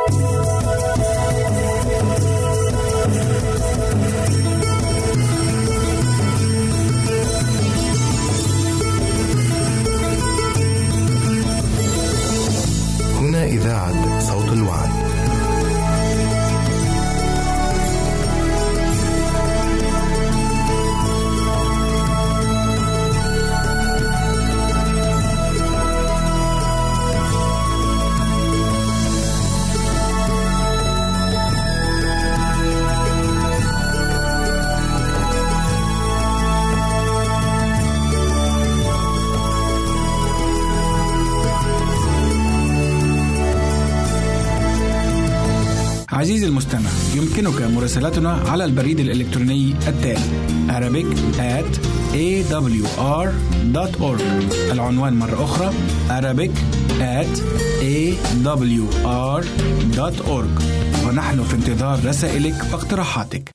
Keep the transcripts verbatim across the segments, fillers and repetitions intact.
هنا إذاعة صوت الوعد. عزيزي المستمع، يمكنك مراسلتنا على البريد الإلكتروني التالي arabic at a w r dot org. العنوان مرة أخرى arabic at a w r dot org، ونحن في انتظار رسائلك واقتراحاتك.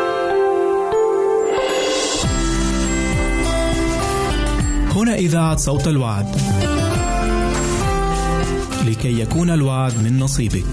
هنا إذاعة صوت الوعد، لكي يكون الوعد من نصيبك.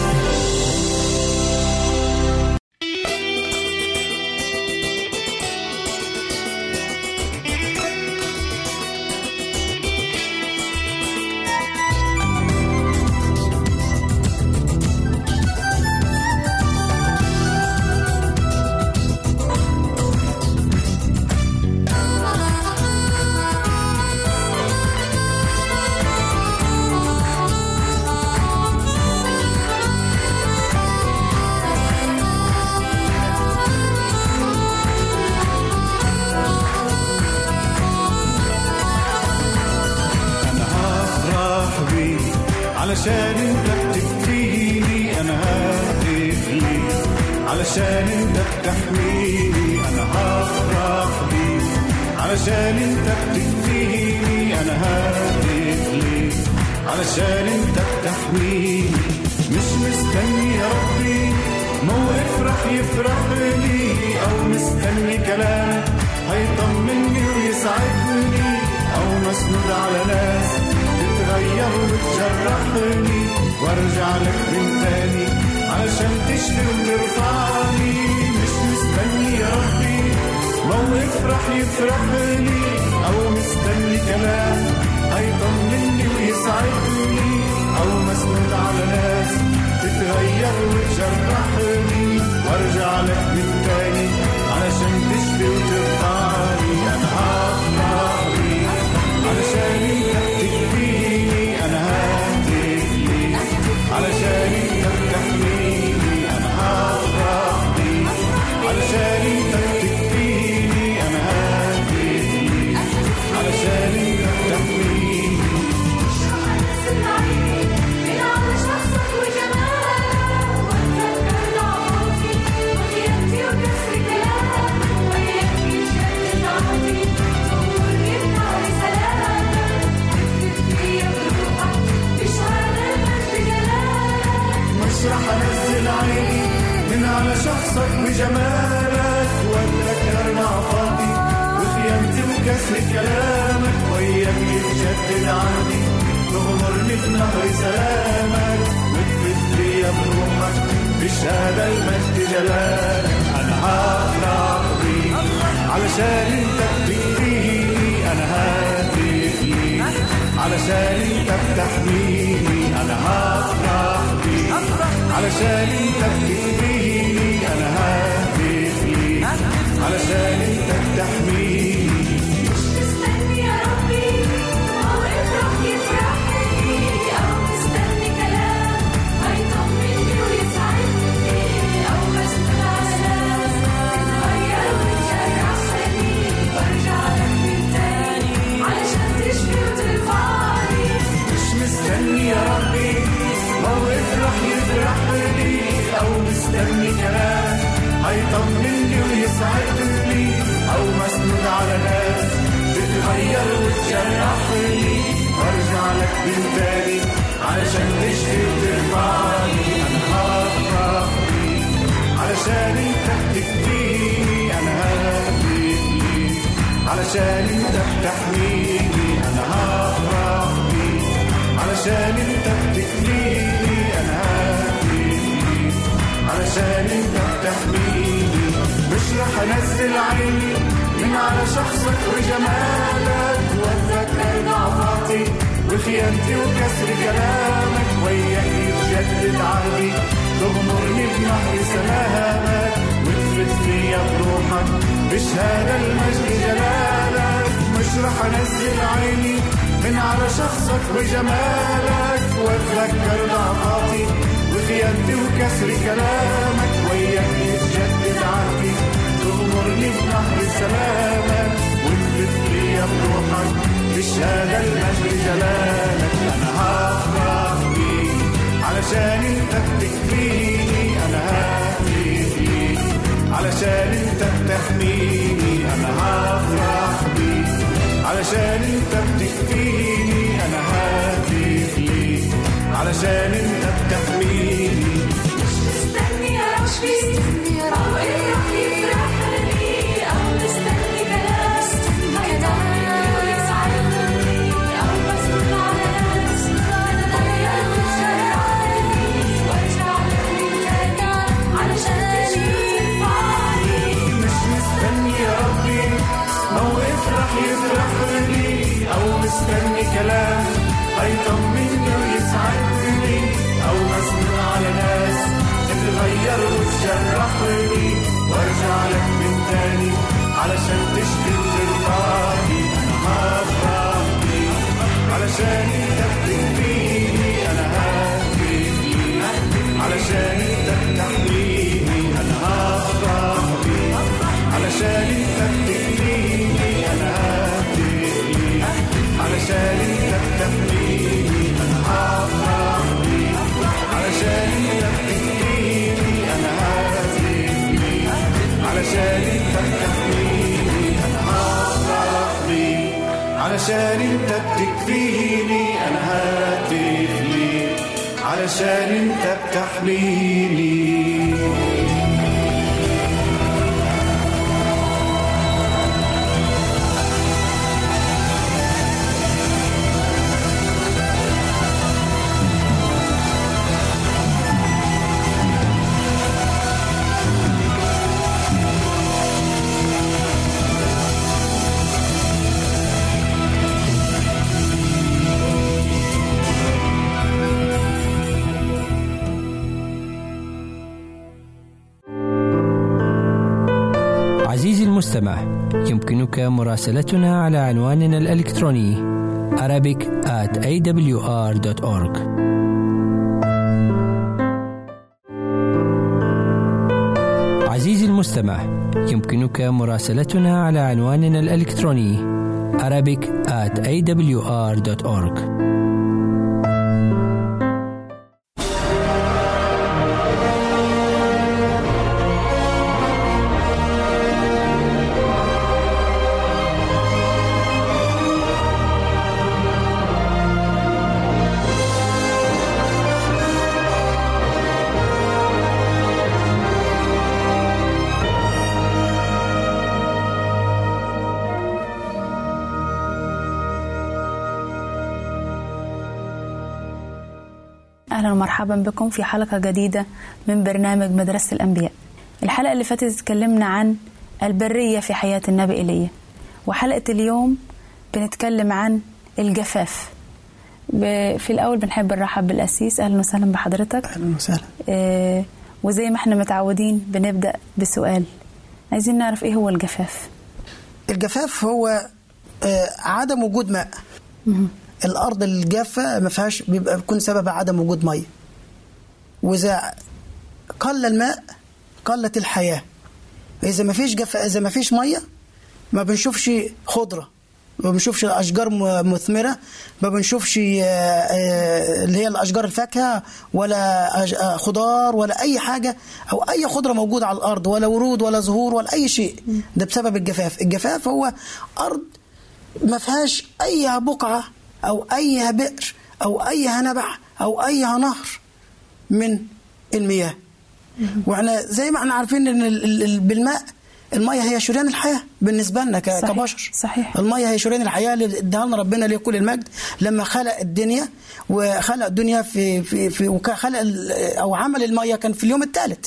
علشان انت بتكفيني انا ههتف ليك، علشان انت بتحميني انا هفرح بيك، علشان انت بتكفيني انا ههتف ليك، علشان انت بتحميني. مش مستني يا ربي موقف رح يفرح لي، او مستني كلام هيطمني ويسعدني، او مسنود على ناس تتغير وتجرحني وارجع لك من تاني علشان تشفي وترفعني. مش مستني يا ربي موقف رح يفرح لي، او مستني كلام هيطمني ويسعدني، او مسنود على ناس تتغير وتجرحني وارجع لك من تاني علشان تشفي وترفعني. انا هفرح بيك علشان انت بتكفيني انا ههتف ليك، علشان انت بتحميني انا هفرح بيك، علشان انت بتكفيني انا ههتف ليك، علشان انت بتحميني. من على شخصك وجمالك واتذكر ضعفاتي وخيانتي وكسر كلامك، وياك يشتت ضعفي صورني بنار سلامك، اكتب فيا بروحك بشهادة المجد جلالك. مش رح انزل عيني من على شخصك وجمالك واتذكر ضعفاتي وخيانتي وكسر كلامك، وياك يتجدد عندي تغمرني بنهر سلامك، وتفت فيا بروحك بشهادة المجد جلالك. أنا هفرح بيك علشان انت بتكفيني انا ههتف ليك، علشان انت بتحميني انا هفرح بيك، علشان انت بتكفيني انا ههتف ليك، علشان انت بتحميني. مش مستني يا ربي موقف رح يفرح لي، او مستني كلام هيطمني ويسعدني، او مسنود على ناس تتغير وتجرحني وارجع لك من تاني علشان تشفي وترفعني. مش مستني يا ربي موقف رح يفرح لي، او مستني كلام هيطمني ويسعدني، او مسنود على ناس تتغير وتجرحني وارجع لك من تاني علشان تشفي وترفعني. انا هفرح بيك علشان انت بتكفيني انا ههتف ليك، علشان انت بتحميني انا هفرح بيك، علشان انت بتكفيني انا ههتف علشان انت بتحميني. مش رح انزل عيني من على شخصك وجمالك، واتذكر ضعفاتي وخيانتي وكسر كلامك، وياك يتجدد عهدي تغمرني بنهر سلامك، وتفت فيا بروحك بشهادة المجد جلالك. مش رح انزل عيني من على شخصك وجمالك، واتذكر ضعفاتي وخيانتي وكسر كلامك، وياك يتجدد عهدي تغمرني بنهر سلامك، وتفت فيا بروحك بشهادة المجد جلالك. أنا هفرح بيك علشان انت بتكفيني، أنا ههتف ليك علشان انت بتحميني. أنا هفرح بيك علشان انت بتكفيني، أنا ههتف ليك علشان انت بتحميني. مش مستني أشفي أو إيه رح يفرحني، أو مستني كلام هيضحكني ويسعدني، أو بصبر على ناس هتغير وتشرعني، وارجع لك من تاني علشان تشفعني. مش مستني يا ربي موقف رح يفرحني، أو مستني كلام هيطمني ويسعدني، أو بصبر على ناس تتغير وتجرحني، وارجع لك من تاني علشان تشفي وترضاني. أنا هفرح بيك علشان انت بتكفيني، أنا ههتف ليك علشان انت بتحميني. أنا هفرح بيك علشان انت بتكفيني، أنا ههتف ليك علشان انت بتحميني. أنا هفرح بيك علشان انت بتكفيني، أنا ههتف ليك علشان انت بتحميني. أنا هفرح بيك علشان انت بتكفيني، أنا ههتف ليك علشان انت بتحميني. عزيزي المستمع، يمكنك مراسلتنا على عنواننا الإلكتروني arabic at a w r dot org. عزيزي المستمع، يمكنك مراسلتنا على عنواننا الإلكتروني arabic at a w r dot org. أهلا ومرحبا بكم في حلقة جديدة من برنامج مدرسة الأنبياء. الحلقة اللي فاتت اتكلمنا عن البرية في حياة النبي إيليا، وحلقة اليوم بنتكلم عن الجفاف. في الأول بنحب نرحب بالأسيس. أهلا وسهلا بحضرتك. أهلا وسهلا. آه وزي ما احنا متعودين بنبدأ بسؤال، عايزين نعرف إيه هو الجفاف؟ الجفاف هو آه عدم وجود ماء. م- الأرض الجافة ما فيهاش، بيبقى بيكون سبب عدم وجود مية، وإذا قل الماء قلت الحياة. إذا ما فيش جف... إذا ما فيش مية ما بنشوفش خضرة، ما بنشوفش أشجار مثمرة، ما بنشوفش اللي هي الأشجار الفاكهة ولا خضار ولا أي حاجة أو أي خضرة موجودة على الأرض، ولا ورود ولا زهور ولا أي شيء. ده بسبب الجفاف. الجفاف هو أرض ما فيهاش أي بقعة أو أي بئر أو أي نبع أو أي نهر من المياه. وإحنا زي ما احنا عارفين إن بالماء المية هي شريان الحياة بالنسبة لنا كبشر. صحيح. المية هي شريان الحياة اللي اداها لنا ربنا ليه كل المجد لما خلق الدنيا، وخلق الدنيا في في في وخلق أو عمل المية كان في اليوم الثالث.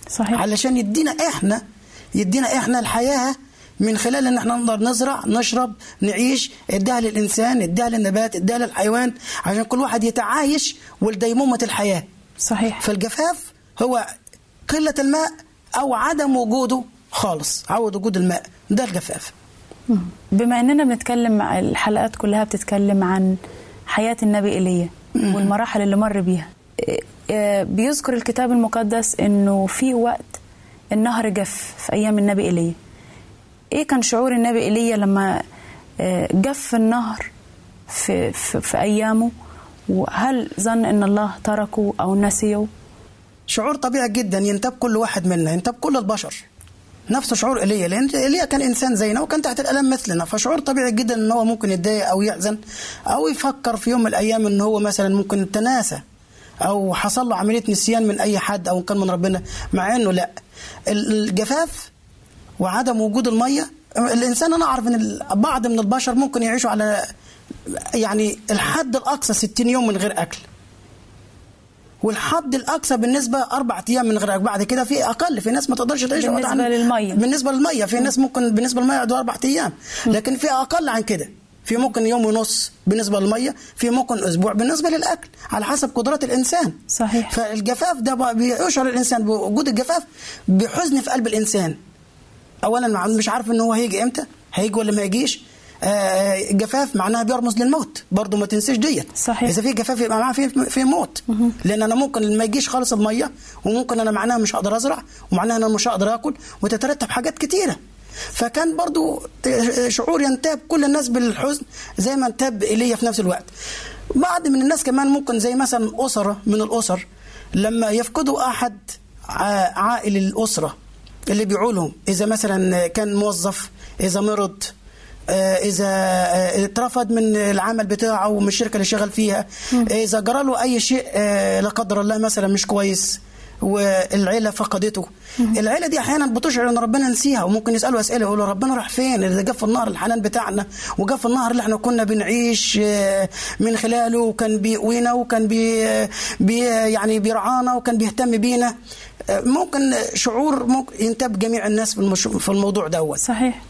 صحيح. علشان يدينا احنا يدينا احنا الحياه من خلال ان احنا نقدر نزرع نشرب نعيش، اداها للانسان اداها للنبات اداها للحيوان، عشان كل واحد يتعايش ولديمومه الحياه. صحيح. فالجفاف هو قله الماء او عدم وجوده خالص، عدم وجود الماء، ده الجفاف. بما اننا بنتكلم، الحلقات كلها بتتكلم عن حياه النبي ايليا والمراحل اللي مر بيها، بيذكر الكتاب المقدس انه في وقت النهر جف في ايام النبي ايليا. ايه كان شعور النبي ايليا لما جف النهر في, في, في ايامه؟ وهل ظن ان الله تركه او نسيه؟ شعور طبيعي جدا ينتاب كل واحد منا، ينتاب كل البشر نفس شعور ايليا، لان ايليا كان انسان زينا وكان تحت الالم مثلنا، فشعور طبيعي جدا ان هو ممكن يتضايق او يحزن او يفكر في يوم من الايام ان هو مثلا ممكن تناسى او حصل له عمليه نسيان من اي حد او كان من ربنا، مع انه لا. الجفاف وعدم وجود الميه، الانسان انا اعرف ان بعض من البشر ممكن يعيشوا على يعني الحد الاقصى ستين يوم من غير اكل، والحد الاقصى بالنسبه اربع ايام من غير اكل، بعد كده في اقل، في ناس ما تقدرش تعيش بالنسبه عن... للميه بالنسبه للميه في ناس ممكن بالنسبه للميه يقعدوا اربع ايام، لكن في اقل عن كده، في ممكن يوم ونص بالنسبه للميه، في ممكن اسبوع بالنسبه للاكل، على حسب قدرات الانسان. صحيح. فالجفاف ده بيشعر الانسان بوجود الجفاف بحزن في قلب الانسان. اولا مش عارف ان هو هيجي امتى، هيجي ولا ما يجيش. آه جفاف معناها بيرمز للموت، برضو ما تنسيش ديت. صحيح. اذا في جفاف يبقى معاه في في موت، مه. لان انا ممكن ما يجيش خالص الميه، وممكن انا معناها مش هقدر ازرع، ومعناها انا مش هقدر اكل، وتترتب حاجات كتيره. فكان برضو شعور ينتاب كل الناس بالحزن زي ما انتاب ايليا في نفس الوقت. بعض من الناس كمان ممكن زي مثلا اسره من الاسر لما يفقدوا احد عائل الاسره اللي بيعولهم، اذا مثلا كان موظف، اذا مرض، إذا اترفض من العمل بتاعه ومن الشركة اللي شغال فيها، إذا جرى له أي شيء لا قدر الله مثلا مش كويس والعيلة فقدته، العيلة دي أحيانا بتشعر أن ربنا نسيها، وممكن يسألوا أسئلة يقولوا ربنا راح فين؟ إذا جف النهر الحنان بتاعنا وجف النهر اللي احنا كنا بنعيش من خلاله، وكان بيقوينا وكان بي بي يعني بيرعانا وكان بيهتم بينا. ممكن شعور ممكن ينتاب جميع الناس في الموضوع دوت. صحيح.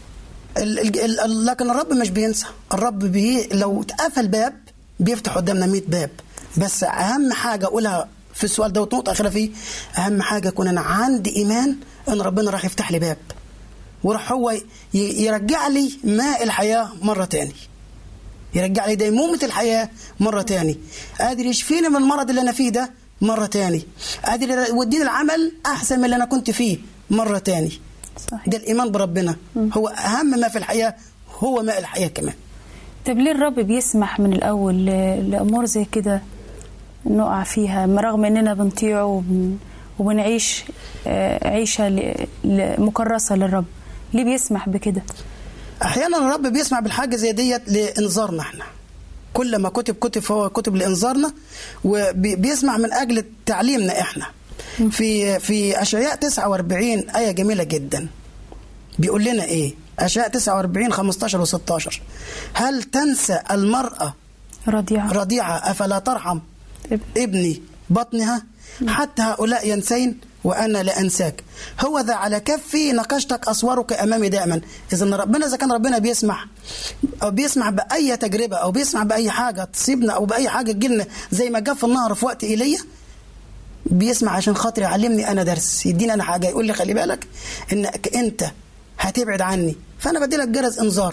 لكن الرب مش بينسى، الرب بي لو اتقفل باب بيفتح قدامنا مئة باب. بس اهم حاجه اقولها في السؤال ده ونقطه اخيره فيه، اهم حاجه يكون انا عندي ايمان ان ربنا راح يفتح لي باب، وراح هو يرجع لي ماء الحياه مره تاني، يرجع لي ديمومه الحياه مره تاني، قادر يشفيني من المرض اللي انا فيه ده مره تاني، قادر يوديني العمل احسن من اللي انا كنت فيه مره تاني. صحيح. ده الإيمان بربنا هو أهم ما في الحياة، هو ماء الحياة كمان. طب ليه الرب بيسمح من الأول لأمور زي كده نقع فيها رغم أننا بنطيعه وبن... وبنعيش عيشة مكرسة للرب؟ ليه بيسمح بكده؟ أحيانا الرب بيسمح بالحاجة زي ديت لإنذارنا احنا، كل ما كتب كتب فهو كتب لإنذارنا، وبيسمح من أجل تعليمنا احنا. في في أشعياء تسعة وأربعين آية جميلة جدا، بيقول لنا إيه؟ أشعياء تسعة وأربعين خمستاشر وستاشر، هل تنسى المرأة رضيعة رضيعة أفلا ترحم ابني بطنها؟ حتى هؤلاء ينسين وأنا لا أنساك، هو ذا على كفي نقشتك أسوارك أمامي دائما. إذا ربنا إذا كان ربنا بيسمح أو بيسمح بأي تجربة أو بيسمح بأي حاجة تصيبنا أو بأي حاجة تجيلنا زي ما جاء في النهر في وقت إيليا، بيسمع عشان خاطر يعلمني انا درس، يديني انا حاجه، يقول لي خلي بالك انك انت هتبعد عني، فانا بدي لك جرس انذار،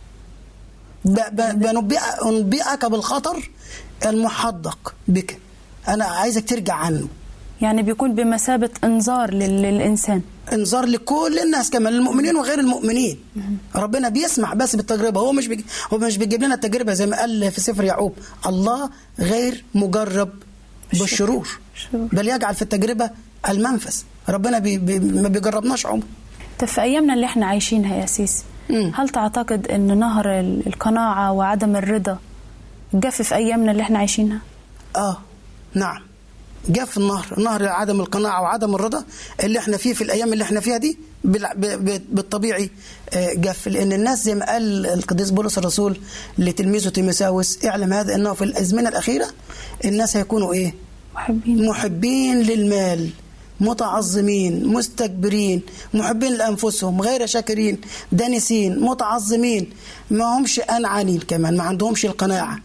بنبئك بالخطر المحدق بك، انا عايزك ترجع عنه. يعني بيكون بمثابه انذار للانسان، انذار لكل الناس كمان، المؤمنين وغير المؤمنين. ربنا بيسمح بس بالتجربه، هو مش بيجي هو مش بيجيب لنا التجربه زي ما قال في سفر يعقوب، الله غير مجرب بالشرور بل يجعل في التجربة المنفذ. ربنا بي بي ما بيجربناش عمر. طب في أيامنا اللي احنا عايشينها يا سيس، مم. هل تعتقد أن نهر القناعة وعدم الرضا جف في أيامنا اللي احنا عايشينها؟ آه نعم، جف النهر، نهر عدم القناعة وعدم الرضا اللي احنا فيه في الأيام اللي احنا فيها دي بالطبيعي جف، لأن الناس زي ما قال القديس بولس الرسول لتلميذه تيموثاوس، اعلم هذا أنه في الأزمنة الأخيرة الناس هيكونوا إيه؟ محبين محبين للمال متعظمين مستكبرين محبين لأنفسهم غير شاكرين دانسين متعظمين ما همش أنعانين كمان ما عندهمش القناعة.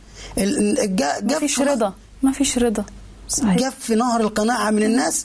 ما فيش رضا ما فيش رضا صحيح. جف في نهر القناعة من الناس.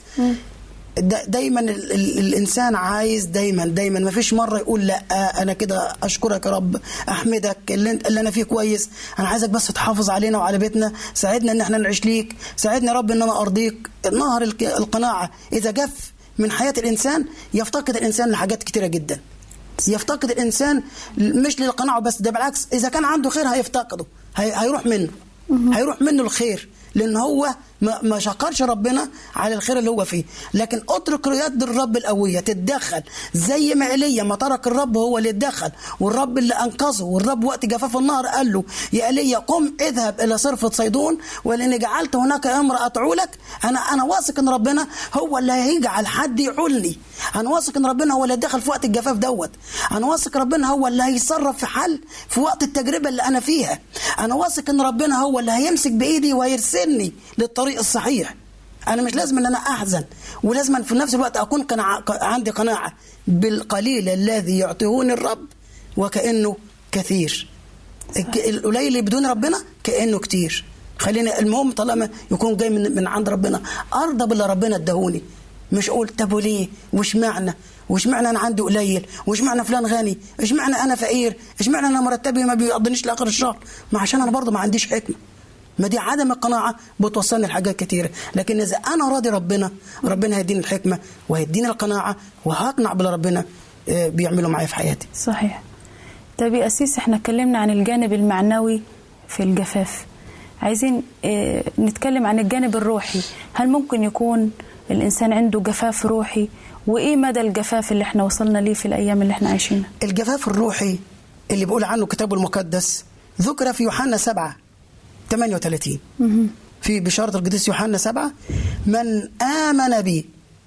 دا دايما ال ال الإنسان عايز دايما دايما ما فيش مرة يقول لا أنا كده أشكرك يا رب أحمدك اللي, اللي أنا فيه كويس أنا عايزك بس تحافظ علينا وعلى بيتنا ساعدنا إن احنا نعيش ليك ساعدنا يا رب إن أنا أرضيك. نهر القناعة إذا جف من حياة الإنسان يفتقد الإنسان لحاجات كتيرة جدا. يفتقد الإنسان مش للقناعة بس ده بالعكس إذا كان عنده خير هيفتقده هي هيروح منه هيروح منه الخير لأن هو ما شكرش ربنا على الخير اللي هو فيه. لكن اترك يد الرب القوية تتدخل زي ما إيليا ما ترك الرب هو اللي يتدخل والرب اللي أنقذه. والرب وقت جفاف النهر قال له يا إيليا قم اذهب إلى صرفة صيدون ولأني جعلت هناك امرأة تعولك. أنا أنا واثق إن ربنا هو اللي هيجعل حد يعولني. أنا واثق إن ربنا هو اللي يتدخل في وقت الجفاف دوت. أنا واثق ربنا هو اللي هيتصرف في حل في وقت التجربة اللي أنا فيها. أنا واثق إن ربنا هو اللي هيمسك بإيدي وهيرسلني للطريق الصحيح. أنا مش لازم أن أنا أحزن ولازم في نفس الوقت أكون قناعة عندي قناعة بالقليل الذي يعطيهوني الرب وكأنه كثير. القليل اللي بدون ربنا كأنه كتير. خلينا المهم طالما يكون جاي من, من عند ربنا أرضى باللي ربنا ادهوني. مش أقول طب وليه وش معنى وش معنى أنا عندي قليل وش معنى فلان غني وش معنى أنا فقير وش معنى أنا مرتبي ما بيقضنيش لآخر الشهر. ما عشان أنا برضه ما عنديش حكمة. ما دي عدم القناعة بتوصلني لحاجات كتيرة. لكن إذا أنا راضي ربنا ربنا هيديني الحكمة وهيديني القناعة وهقنع باللي ربنا بيعمله معايا في حياتي. صحيح. طيب يا أسيس احنا اتكلمنا عن الجانب المعنوي في الجفاف. عايزين اه نتكلم عن الجانب الروحي. هل ممكن يكون الإنسان عنده جفاف روحي وإيه مدى الجفاف اللي احنا وصلنا ليه في الأيام اللي احنا عايشينها؟ الجفاف الروحي اللي بيقول عنه الكتاب المقدس ذكر في يوحنا سبعة ثمانية وثلاثين في بشارة القديس يوحنا سبعة من آمن بي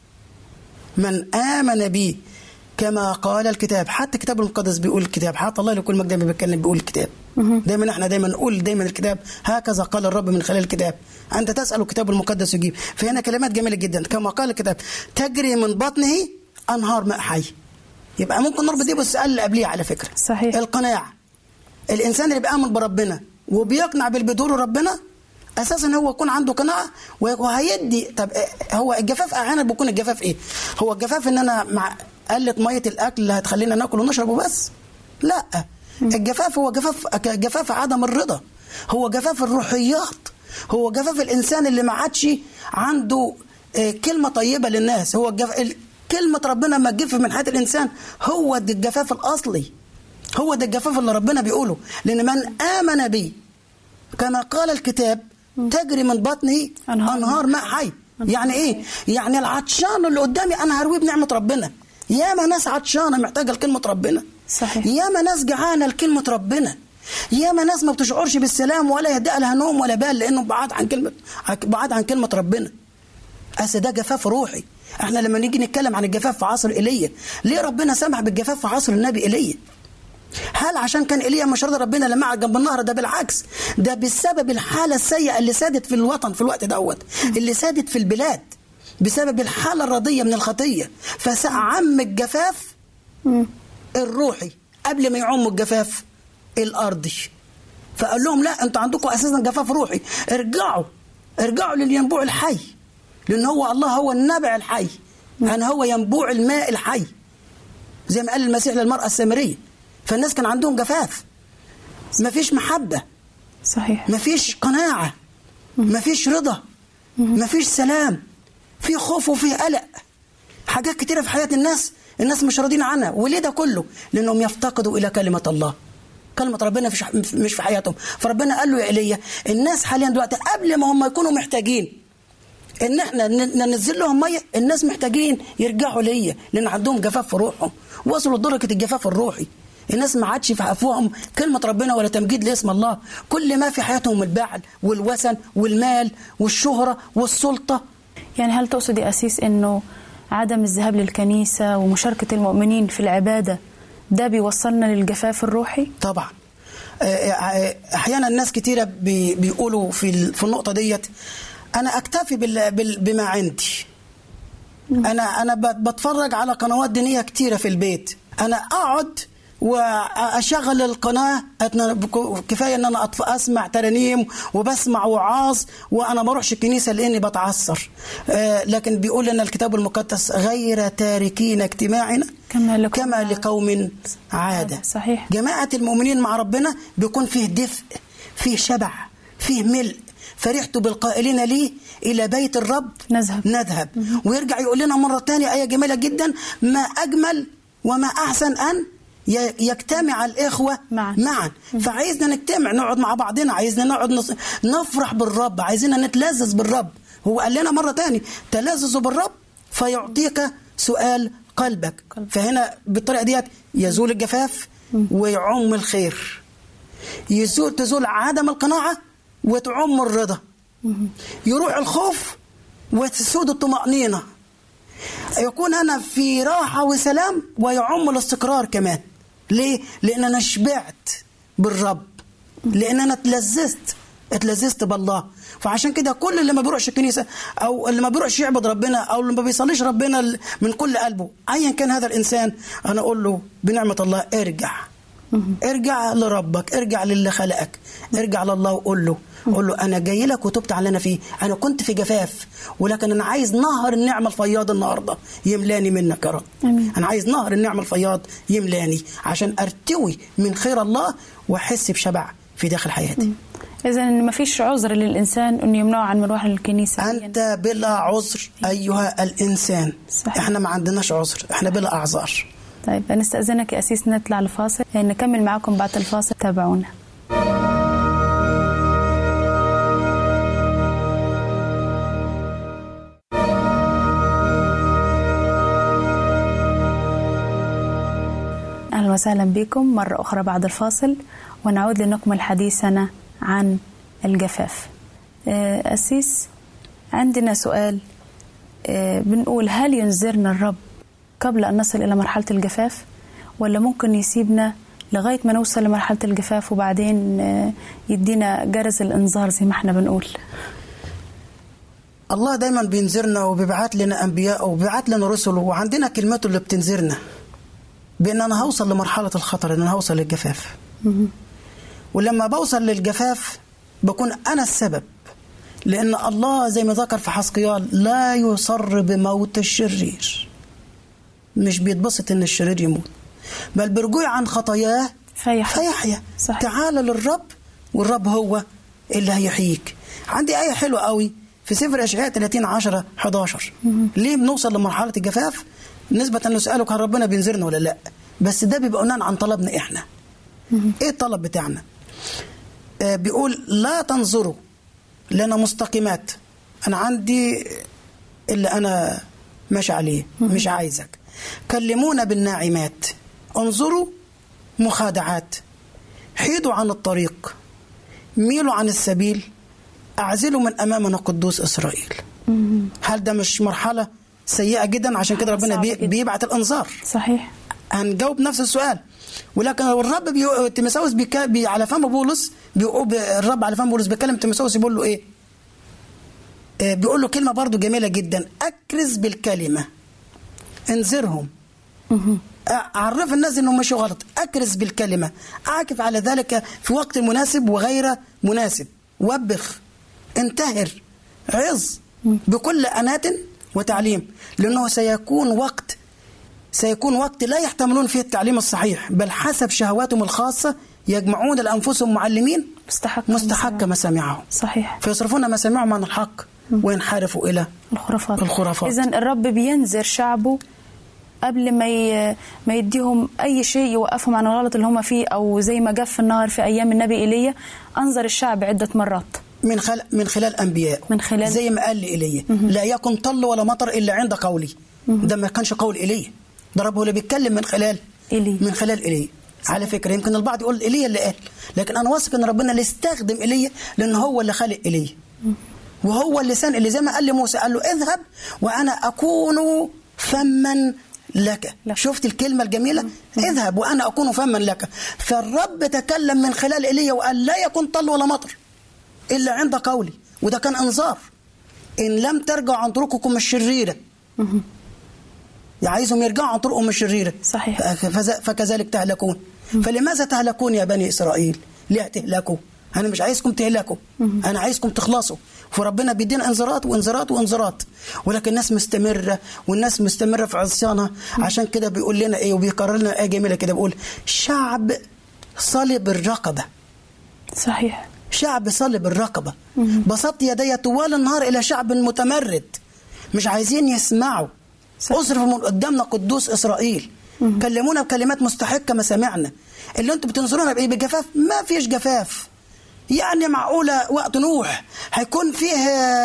من آمن بي كما قال الكتاب. حتى الكتاب المقدس بيقول الكتاب حتى الله لكل مجد بيتكلم بيقول الكتاب. دايما احنا دايما نقول دايما الكتاب هكذا قال الرب من خلال الكتاب. أنت تسأل الكتاب المقدس يجيب. فهنا كلمات جميلة جدا كما قال الكتاب تجري من بطنه أنهار ماء حي. يبقى ممكن نربط دي بالسؤال اللي قبليه على فكرة. صحيح. القناعة. الإنسان اللي بيآمن بربنا وبيقنع بالبدور ربنا اساسا هو يكون عنده قناعه وهيدي. طب هو الجفاف احيانا بيكون الجفاف ايه؟ هو الجفاف ان انا مع قله ميه الاكل اللي هتخلينا ناكل ونشرب وبس؟ لا. الجفاف هو جفاف جفاف عدم الرضا. هو جفاف الروحيات. هو جفاف الانسان اللي ما عادش عنده كلمه طيبه للناس. هو كلمه ربنا ما تجف من حياه الانسان هو ده الجفاف الاصلي. هو ده الجفاف اللي ربنا بيقوله. لأن من آمن بي كما قال الكتاب تجري من بطنه أنهار, أنهار ماء حي. يعني إيه؟ يعني العطشان اللي قدامي أنا هرويه بنعمة ربنا. ياما ناس عطشانة محتاجة لكلمة ربنا. صحيح. ياما ناس جعانة لكلمة ربنا. ياما ناس ما بتشعرش بالسلام ولا يهدأ لها نوم ولا بال لأنه بعاد عن كلمة بعاد عن كلمة ربنا. أسا ده جفاف روحي. احنا لما نيجي نتكلم عن الجفاف في عصر إيليا ليه ربنا سمح بالجفاف في عصر النبي إيليا؟ هل عشان كان إيليا مش راضي ربنا لما قعد جنب النهر؟ ده بالعكس ده بسبب الحالة السيئة اللي سادت في الوطن في الوقت دوت اللي سادت في البلاد بسبب الحالة الرضية من الخطية. فسعم الجفاف الروحي قبل ما يعم الجفاف الأرضي. فقال لهم لا انتوا عندكم أساسا جفاف روحي. ارجعوا ارجعوا للينبوع الحي لأن هو الله هو النبع الحي. أنا هو ينبوع الماء الحي زي ما قال المسيح للمرأة السامرية. فالناس كان عندهم جفاف. مفيش محبة. صحيح. مفيش قناعة. مفيش رضا. مفيش سلام. في خوف وفي قلق. حاجات كتيرة في حياة الناس الناس مش راضين عنها. وليه ده كله؟ لأنهم يفتقدوا إلى كلمة الله. كلمة ربنا مش في حياتهم. فربنا قال له يا إيليا الناس حاليا دلوقتي قبل ما هم يكونوا محتاجين ان احنا ننزل لهم ميه الناس محتاجين يرجعوا ليا لان عندهم جفاف في روحهم. وصلوا لدرجه الجفاف الروحي. الناس ما عادش في افواههم كلمه ربنا ولا تمجيد لاسم الله. كل ما في حياتهم البعل والوثن والمال والشهره والسلطه. يعني هل تقصد يا أسيس انه عدم الذهاب للكنيسه ومشاركه المؤمنين في العباده ده بيوصلنا للجفاف الروحي؟ طبعا. احيانا الناس كتيره بيقولوا في في النقطه ديت انا اكتفي بما عندي. انا انا بتفرج على قنوات دينيه كتيره في البيت، انا اقعد واشغل القناه كفايه ان انا اسمع ترانيم وبسمع وعاظ وانا ما اروحش الكنيسه لاني بتعثر. آه لكن بيقول لنا الكتاب المقدس غير تاركين اجتماعنا كما, كما لقوم عاده. صحيح. جماعه المؤمنين مع ربنا بيكون فيه دفء، فيه شبع، فيه ملء. فرحت بالقائلين لي إلى بيت الرب نذهب, نذهب. ويرجع يقول لنا مرة تانية آية جميلة جدا: ما أجمل وما أحسن أن يجتمع الإخوة معا, معا. فعايزنا نجتمع، نقعد مع بعضنا، عايزنا نقعد نفرح بالرب، عايزنا نتلذذ بالرب. هو قال لنا مرة تانية: تلذذوا بالرب فيعطيك سؤال قلبك. فهنا بالطريقة ديت يزول الجفاف ويعم الخير، يزول تزول عدم القناعة وتعم الرضا، يروح الخوف وتسود الطمأنينة، يكون أنا في راحة وسلام ويعم الاستقرار كمان. ليه؟ لأن أنا شبعت بالرب، لأن أنا اتلذذت اتلذذت بالله. فعشان كده كل اللي ما بيروحش الكنيسة أو اللي ما بيروحش يعبد ربنا أو اللي ما بيصليش ربنا من كل قلبه أيا كان هذا الإنسان، أنا أقول له بنعمة الله ارجع ارجع لربك، ارجع للي خلقك، ارجع لله وقول له قول له أنا جاي لك وتبت على اللي أنا فيه. أنا كنت في جفاف ولكن أنا عايز نهر النعمة الفياض النهاردة يملاني منك يا رب. أنا عايز نهر النعمة الفياض يملاني عشان أرتوي من خير الله وأحس بشبع في داخل حياتي. إذا ما فيش عذر للإنسان أنه يمنعه عن مروح للكنيسة. أنت بلا عذر أيها الإنسان. صحيح. إحنا ما عندناش عذر، إحنا بلا أعذار. طيب نستأذنك يا أسيس نطلع الفاصل، نكمل معكم بعد الفاصل، تابعونا. أهلا وسهلا بكم مرة أخرى بعد الفاصل، ونعود لنكمل حديثنا عن الجفاف. أسيس عندنا سؤال، بنقول هل ينذرنا الرب قبل أن نصل إلى مرحلة الجفاف، ولا ممكن يسيبنا لغاية ما نوصل لمرحلة الجفاف وبعدين يدينا جرس الإنذار زي ما احنا بنقول؟ الله دايما بينذرنا وبيبعت لنا أنبياء وبيبعت لنا رسل، وعندنا كلمته اللي بتنذرنا بأن أنا هوصل لمرحلة الخطر، أن أنا هوصل للجفاف. ولما بوصل للجفاف بكون أنا السبب، لأن الله زي ما ذكر في حزقيال لا يصر بموت الشرير، مش بيتبسط ان الشرير يموت، بل برجوع عن خطاياه فيحيا. تعال للرب والرب هو اللي هيحييك. عندي آية حلوة قوي في سفر أشعياء ثلاثين عشرة حداشر. ليه بنوصل لمرحلة الجفاف؟ نسبة أن نسألك هل ربنا بينذرنا ولا لا، بس ده بيبقى بناء عن طلبنا إحنا. إيه الطلب بتاعنا؟ آه بيقول لا تنظروا لنا مستقيمات، أنا عندي اللي أنا ماشي عليه مش عايزك. كلمونا بالناعمات، انظروا مخادعات، حيدوا عن الطريق، ميلوا عن السبيل، أعزلوا من أمامنا قدوس إسرائيل. هل ده مش مرحلة سيئة جدا؟ عشان كده ربنا بي بيبعت الأنظار. صحيح. هنجاوب نفس السؤال، ولكن الرب بي... تيموثاوس بي... بي... على فم بولس بيقول الرب على فم بولس بيكلم تيموثاوس بيقول له إيه؟ آه بيقول له كلمة برضو جميلة جدا: أكرز بالكلمة، انذرهم، أعرف الناس إنهم مشوا غلط، أكرز بالكلمة، أعكف على ذلك في وقت مناسب وغير مناسب، وبخ، انتهر، عظ بكل أناة وتعليم، لأنه سيكون وقت سيكون وقت لا يحتملون فيه التعليم الصحيح، بل حسب شهواتهم الخاصة يجمعون لأنفسهم معلمين مستحق مستحق مسامعهم. صحيح. فيصرفون مسامعهم عن الحق وينحرفوا إلى الخرافات. الخرافات. إذن الرب بينذر شعبه قبل ما ما يديهم أي شيء يوقفهم عن الغلط اللي هم فيه، أو زي ما جاء في النهر في أيام النبي إيليا أنذر الشعب عدة مرات من خلال من خلال أنبياء، من خلال زي ما قال لإيليا لا يكن طل ولا مطر إلا عند قولي. ده ما كانش قول إيليا، ده رب هو اللي بيتكلم من خلال إيليا. من خلال إيليا. على فكرة يمكن البعض يقول إيليا اللي قال، لكن أنا واثق إن ربنا اللي استخدم إيليا، لأن هو اللي خلق إيليا، وهو اللسان اللي زي ما قال لموسى قال له اذهب وأنا أكون فما لك. لا. شفت الكلمة الجميلة؟ اذهب وأنا أكون فما لك. فالرب تكلم من خلال إيليا وقال لا يكون طل ولا مطر إلا عند قولي، وده كان انذار: إن لم ترجعوا عن طرقكم الشريرة عايزهم يرجعوا عن طرقهم الشريرة. صحيح. فكذلك تهلكون. فلماذا تهلكون يا بني إسرائيل؟ ليه تهلكوا؟ أنا مش عايزكم تهلكوا، أنا عايزكم تخلصوا. فربنا بيدينا انذارات وانذارات وانذارات، ولكن الناس مستمرة، والناس مستمرة في عصيانها. عشان كده بيقول لنا إيه وبيكرر لنا آية جميلة كده، بيقول شعب صلب الرقبة. صحيح. شعب صلب الرقبة. بسطت يدي طوال النهار إلى شعب متمرد، مش عايزين يسمعوا. أصرف من قدامنا قدوس إسرائيل، كلمونا بكلمات مستحقة ما سمعنا. اللي انتوا بتنظرونا بإيه؟ بجفاف؟ ما فيش جفاف. يعني معقولة وقت نوح هيكون فيه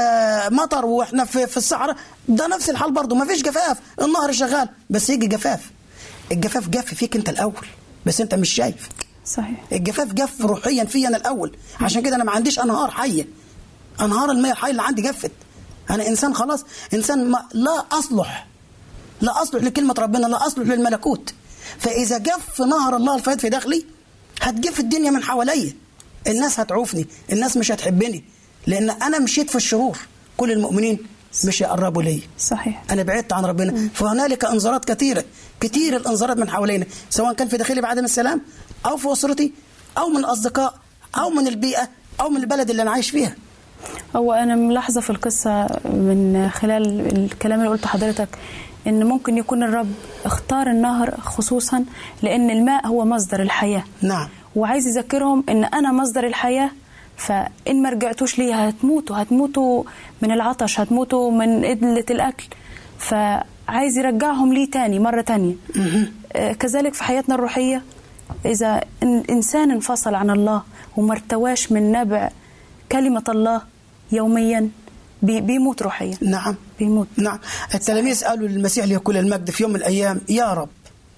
مطر واحنا في, في الصحراء؟ ده نفس الحال برضو، ما فيش جفاف، النهر شغال بس يجي جفاف. الجفاف جف فيك انت الأول بس انت مش شايف. صحيح. الجفاف جف روحيا فيا انا الأول. عشان كده انا ما عنديش انهار حية، انهار المياه الحية اللي عندي جفت. انا انسان خلاص، انسان ما لا اصلح، لا أصلح لكلمة ربنا، لا أصلح للملكوت. فإذا جف نهر الله الفائض في داخلي هتجف الدنيا من حواليا. الناس هتعوفني، الناس مش هتحبني، لأن أنا مشيت في الشرور. كل المؤمنين مش يقربوا لي. صحيح. أنا بعدت عن ربنا. م. فهنالك إنذارات كثيرة، كثير الإنذارات من حوالينا، سواء كان في داخلي بعدم السلام، أو في أسرتي، أو من الأصدقاء، أو من البيئة، أو من البلد اللي أنا عايش فيها. هو أنا ملاحظة في القصة من خلال الكلام اللي قلته حضرتك إن ممكن يكون الرب اختار النهر خصوصا لأن الماء هو مصدر الحياة. نعم. وعايز يذكرهم إن أنا مصدر الحياة، فإن ما رجعتوش ليه هتموتوا، هتموتوا من العطش، هتموتوا من قلة الأكل. فعايز يرجعهم ليه تاني مرة تانية. آه كذلك في حياتنا الروحية، إذا الإنسان انفصل عن الله وما ارتواش من نبع كلمة الله يوميا بيموت روحيا. نعم بيموت. نعم. التلاميذ قالوا للمسيح ليكون المجد في يوم من الأيام: يا رب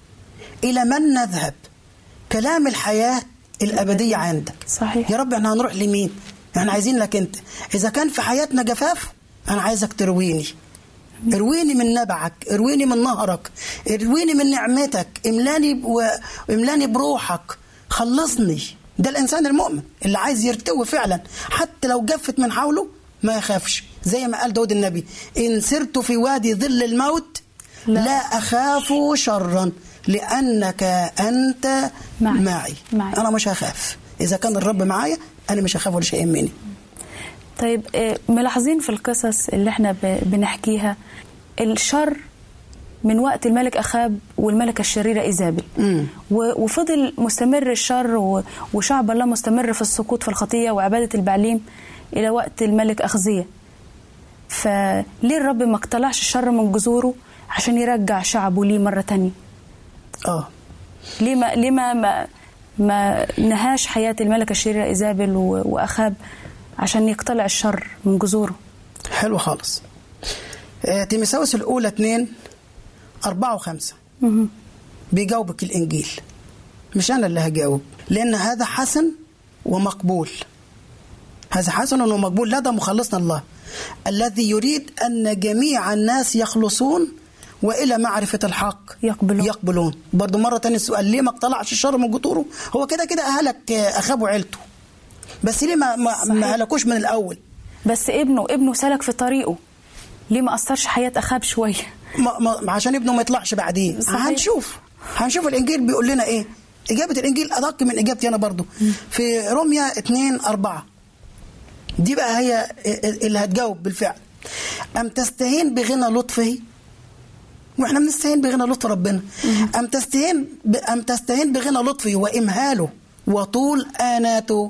إلى من نذهب؟ كلام الحياة الأبدية عندك. صحيح. يا رب احنا هنروح لمين؟ احنا عايزين لك انت. إذا كان في حياتنا جفاف أنا عايزك ترويني، ارويني من نبعك، ارويني من نهرك، ارويني من نعمتك، املاني واملاني بروحك، خلصني. ده الإنسان المؤمن اللي عايز يرتوي فعلا، حتى لو جفت من حوله ما يخافش. زي ما قال داود النبي: إن سرت في وادي ظل الموت لا, لا أخاف شرا لأنك أنت معي. معي. معي. أنا مش هخاف. إذا كان الرب معايا أنا مش هخاف ولا شيء يهمني. طيب ملاحظين في القصص اللي احنا بنحكيها الشر من وقت الملك أخاب والملكة الشريرة إيزابل، وفضل مستمر الشر وشعب الله مستمر في السقوط في الخطية وعبادة البعليم إلى وقت الملك أخزية. فليه الرب ما اقتلعش الشر من جذوره عشان يرجع شعبه ليه مرة تانية؟ آه ليه ما ليه ما ما, ما نهاش حياة الملكة الشريرة إيزابل وأخاب عشان يقتلع الشر من جذوره؟ حلو خالص. آه تيموثاوس الأولى اتنين أربعة وخمسة بيجاوبك الإنجيل، مش أنا اللي هجاوب، لأن هذا حسن ومقبول. هذا حسن ومقبول لدى مخلصنا الله الذي يريد أن جميع الناس يخلصون وإلى معرفة الحق يقبلون, يقبلون. برضو مرة تانية السؤال: ليه ما اقتلعش الشر من جذوره؟ هو كده كده أهلك أخاب وعيلته، بس ليه ما, ما, ما هلكوش من الأول؟ بس ابنه ابنه سلك في طريقه، ليه ما أثرش حياة أخاب شوية؟ ما ما عشان ابنه ما يطلعش بعدين. هنشوف هنشوف الإنجيل بيقول لنا إيه. إجابة الإنجيل أدق من إجابتي أنا برضو. في روميا اتنين أربعة دي بقى هي اللي هتجاوب بالفعل: أم تستهين بغنى لطفه؟ وإحنا بنستهين بغنى لطف ربنا. أم تستهين ب... أم تستهين بغنى لطفه وإمهاله وطول آناته،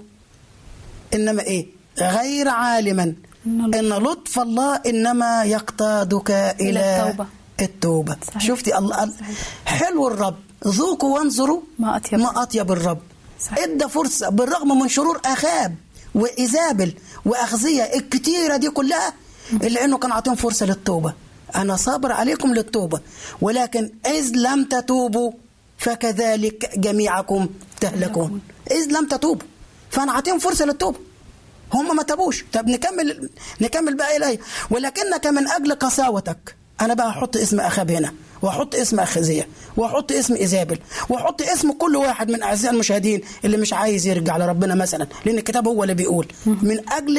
إنما إيه؟ غير عالما إن لطف الله إنما يقتادك إلى, إلى التوبة, التوبة. شفتي الله حلو الرب، ذوقوا وانظروا ما أطيب, ما أطيب الرب. صحيح. إدى فرصة بالرغم من شرور أخاب وإيزابل وأخزية الكتيرة دي كلها، إلا إنه كان عطيهم فرصة للتوبة. أنا صابر عليكم للتوبة، ولكن إذ لم تتوبوا فكذلك جميعكم تهلكون. إذ لم تتوبوا، فأنا عطيهم فرصة للتوبة، هم ما تابوش. طب نكمل نكمل بقى إليه: ولكنك من أجل قساوتك. أنا بقى أحط اسم أخاب هنا، وأحط اسم أخزية، وأحط اسم إيزابل، وأحط اسم كل واحد من أعزائي المشاهدين اللي مش عايز يرجع لربنا مثلا، لأن الكتاب هو اللي بيقول: من أجل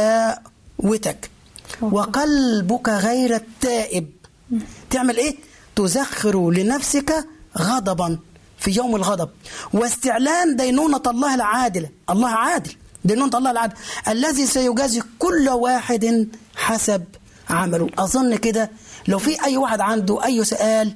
قساوتك وقلبك غير التائب. تعمل إيه؟ تزخر لنفسك غضبا في يوم الغضب واستعلان دينونة الله العادلة. الله عادل، دينونة الله العادل الذي سيجازي كل واحد حسب عمله. أظن كده لو في أي واحد عنده أي سؤال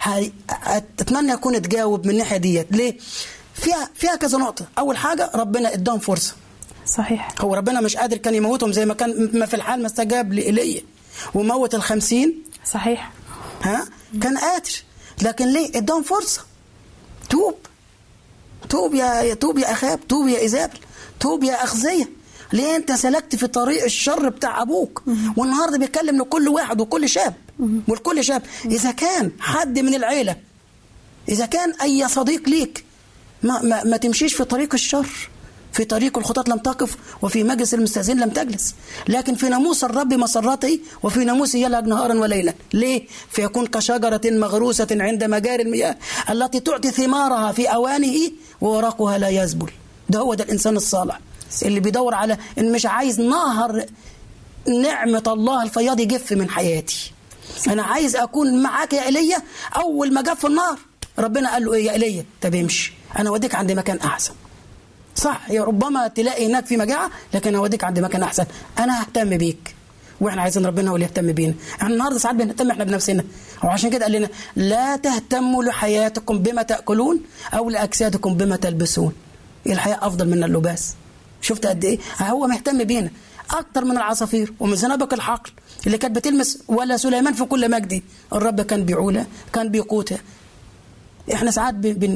أتمنى يكون تجاوب من الناحية ديت. ليه؟ فيها فيها كذا نقطة. أول حاجة ربنا اداهم فرصة. صحيح. هو ربنا مش قادر كان يموتهم زي ما كان ما في الحال ما استجاب لإيليا وموت الخمسين. صحيح. ها كان قادر، لكن ليه اداهم فرصة؟ توب توب يا توب يا أخاب، توب يا إيزابل، توب يا أخزية. ليه انت سلكت في طريق الشر بتاع ابوك؟ والنهارده بيتكلم لكل واحد وكل شاب والكل شاب. اذا كان حد من العيله، اذا كان اي صديق ليك، ما, ما, ما تمشيش في طريق الشر. في طريق الخطاة لم تقف، وفي مجلس المستأذين لم تجلس، لكن في ناموس الرب مسرته، وفي ناموسه يلهج نهارا وليلا. ليه؟ فيكون كشجرة مغروسة عند مجاري المياه التي تعطي ثمارها في أوانه وورقها لا يذبل. ده هو ده الإنسان الصالح اللي بيدور على إن مش عايز نهر نعمة الله الفياض يجف من حياتي. أنا عايز أكون معاك يا إيليا. أول ما جف النار ربنا قال له إيه يا إيليا؟ طب امشي، أنا أوديك عند مكان أحسن. صح، يا ربما تلاقي هناك في مجاعة، لكن أوديك عند مكان أحسن. أنا ههتم بيك، وإحنا عايزين ربنا هو اللي يهتم بينا. إحنا النهارده ساعات بنهتم إحنا بنفسنا، وعشان كده قال لنا لا تهتموا لحياتكم بما تأكلون أو لأجسادكم بما تلبسون. الحياة أفضل من اللباس. شفت قد إيه؟ هو مهتم بينا أكتر من العصافير ومن زنابق الحقل اللي كانت بتلمس ولا سليمان في كل مجدي. الرب كان بيعولها، كان بيقوتها. إحنا ساعات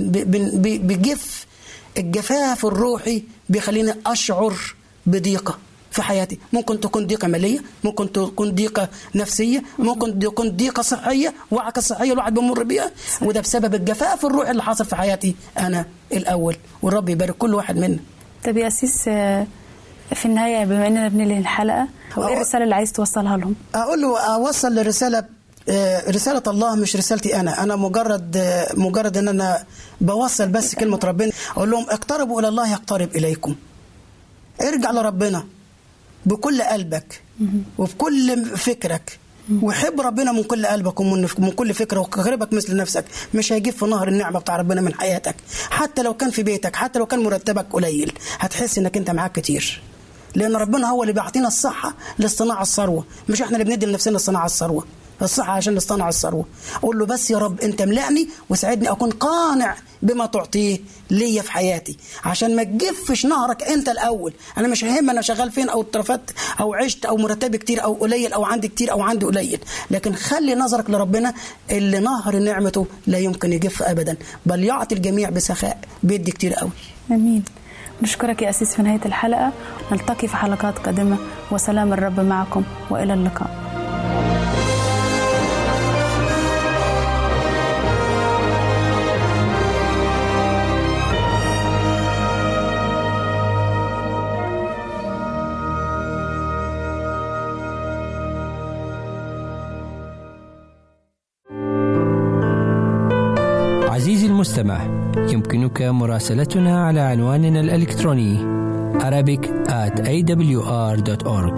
بنجف. الجفاف الروحي بيخليني أشعر بضيقة في حياتي. ممكن تكون ضيقة مالية، ممكن تكون ضيقة نفسية، ممكن تكون ضيقة صحية، وعكة صحية الواحد بيمر بيها، وده بسبب الجفاف الروحي اللي حاصل في حياتي أنا الأول. والرب يبارك كل واحد منا. طب يا أسيس، في النهاية بما أننا بننهي الحلقة، وإيه الرسالة اللي عايز توصلها لهم؟ أقول له أوصل لرسالة رسالة الله، مش رسالتي أنا. أنا مجرد مجرد أن أنا بوصل بس كلمة ربنا. أقول لهم اقتربوا إلى الله يقترب إليكم. ارجع لربنا بكل قلبك وبكل فكرك، وحب ربنا من كل قلبك ومن كل فكرة، وقربك مثل نفسك. مش هيجيب في نهر النعمة بتاع ربنا من حياتك. حتى لو كان في بيتك، حتى لو كان مرتبك قليل، هتحس انك انت معاك كتير، لأن ربنا هو اللي بيعطينا الصحة لاصطناع الثروة، مش احنا اللي بندي لنفسنا صناعة الثروة. الصحة عشان نصطنع الثروة. أقول له بس يا رب أنت ملعني وساعدني أكون قانع بما تعطيه ليا في حياتي، عشان ما تجفش نهرك أنت الأول. أنا مش ههم أنا شغال فين أو اترفدت أو عشت أو مرتبي كتير أو قليل أو عندي كتير أو عندي قليل، لكن خلي نظرك لربنا اللي نهر نعمته لا يمكن يجف أبدا، بل يعطي الجميع بسخاء، بيدي كتير قوي. أمين. نشكرك يا أسيس في نهاية الحلقة. نلتقي في حلقات قادمة، وسلام الرب معكم وإلى اللقاء. عزيزي المستمع، يمكنك مراسلتنا على عنواننا الإلكتروني arabic at a w r dot org.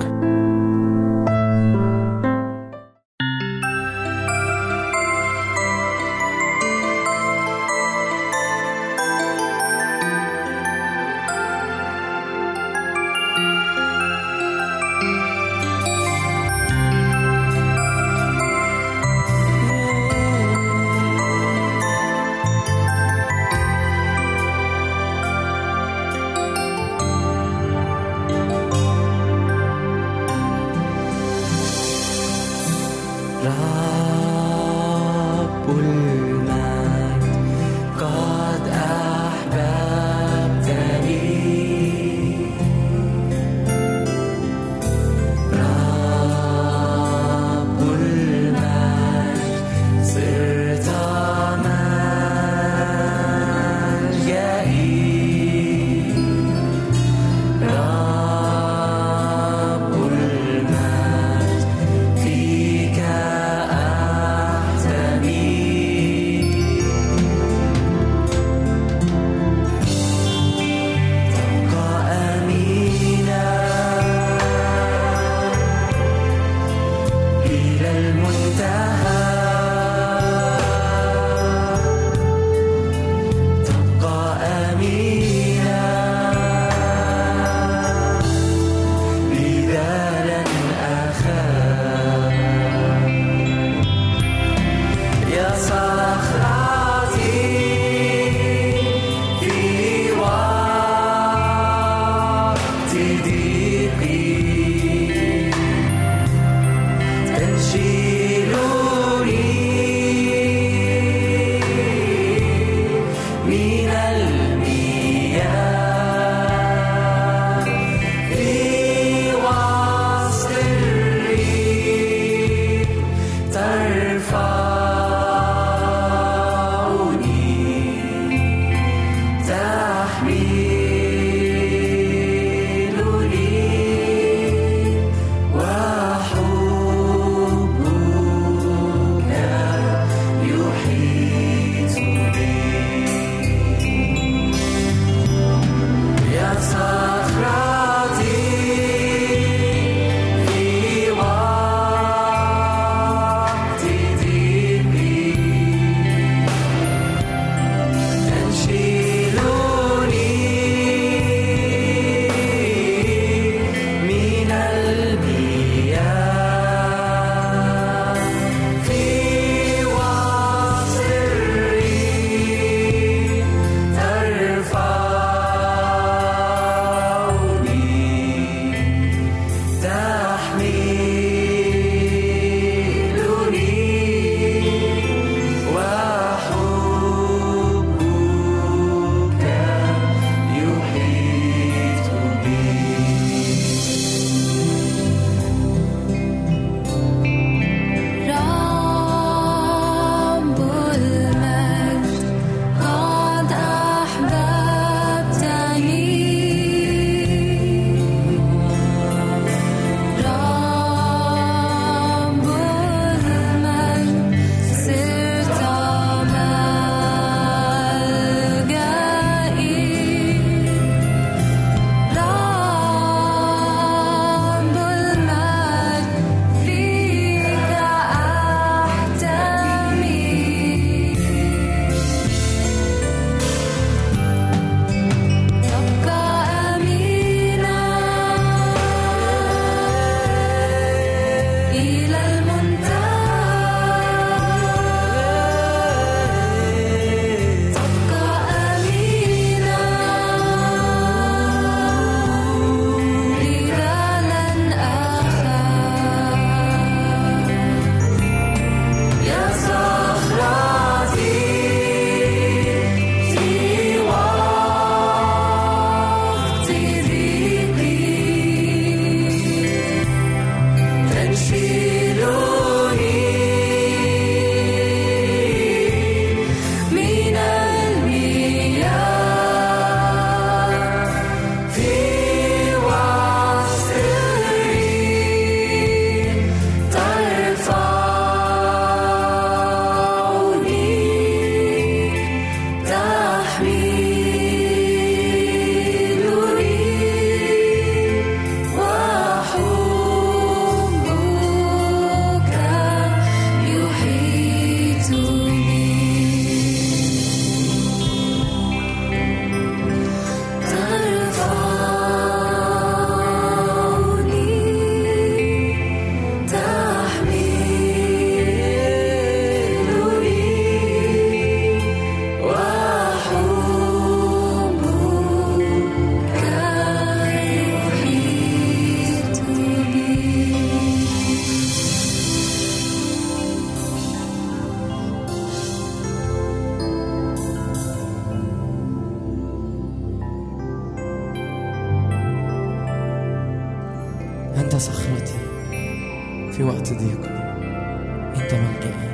أنت صخرتي في وقت ضيقي، أنت ملجئي،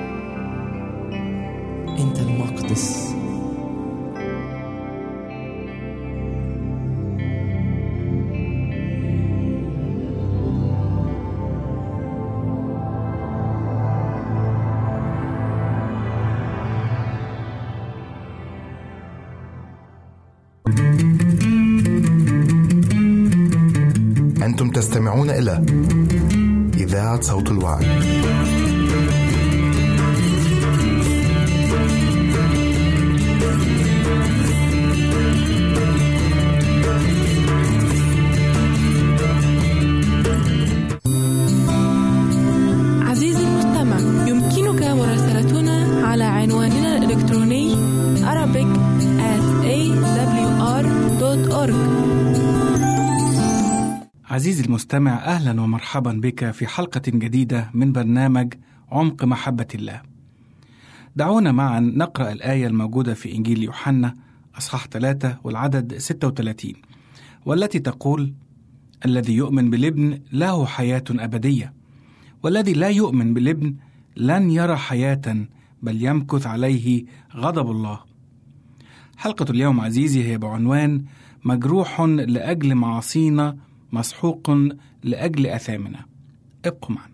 أنت المقدس. أنتم تستمعون إلى إذاعة صوت الوعد. عزيزي المستمع، يمكنك مراسلتنا على عنواننا الإلكتروني arabic at a w r dot org. عزيزي المستمع، أهلا ومرحبا بك في حلقة جديدة من برنامج عمق محبة الله. دعونا معا نقرأ الآية الموجودة في إنجيل يوحنا أصحاح ثلاثة والعدد ستة وثلاثين، والتي تقول: الذي يؤمن بالابن له حياة أبدية، والذي لا يؤمن بالابن لن يرى حياة بل يمكث عليه غضب الله. حلقة اليوم عزيزي هي بعنوان مجروح لأجل معاصينا، مسحوق لأجل أثامنا. ابقوا معنا.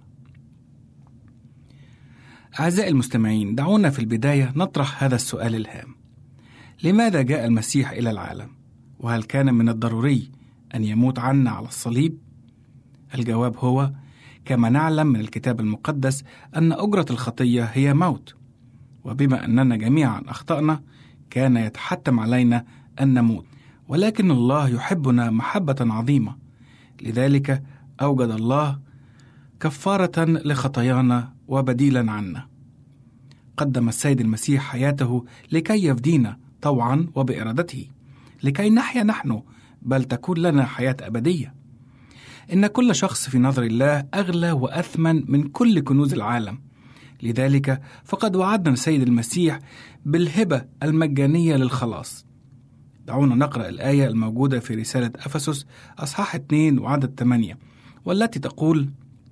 أعزائي المستمعين، دعونا في البداية نطرح هذا السؤال الهام: لماذا جاء المسيح إلى العالم؟ وهل كان من الضروري أن يموت عنا على الصليب؟ الجواب هو كما نعلم من الكتاب المقدس أن أجرة الخطية هي موت، وبما أننا جميعا أخطأنا كان يتحتم علينا أن نموت، ولكن الله يحبنا محبة عظيمة، لذلك أوجد الله كفارة لخطايانا وبديلا عنا. قدم السيد المسيح حياته لكي يفدينا طوعا وبإرادته، لكي نحيا نحن بل تكون لنا حياة أبدية. إن كل شخص في نظر الله أغلى وأثمن من كل كنوز العالم، لذلك فقد وعدنا السيد المسيح بالهبة المجانية للخلاص. دعونا نقرأ الآية الموجودة في رسالة أفسس أصحاح اثنين وعدد ثمانية، والتي تقول: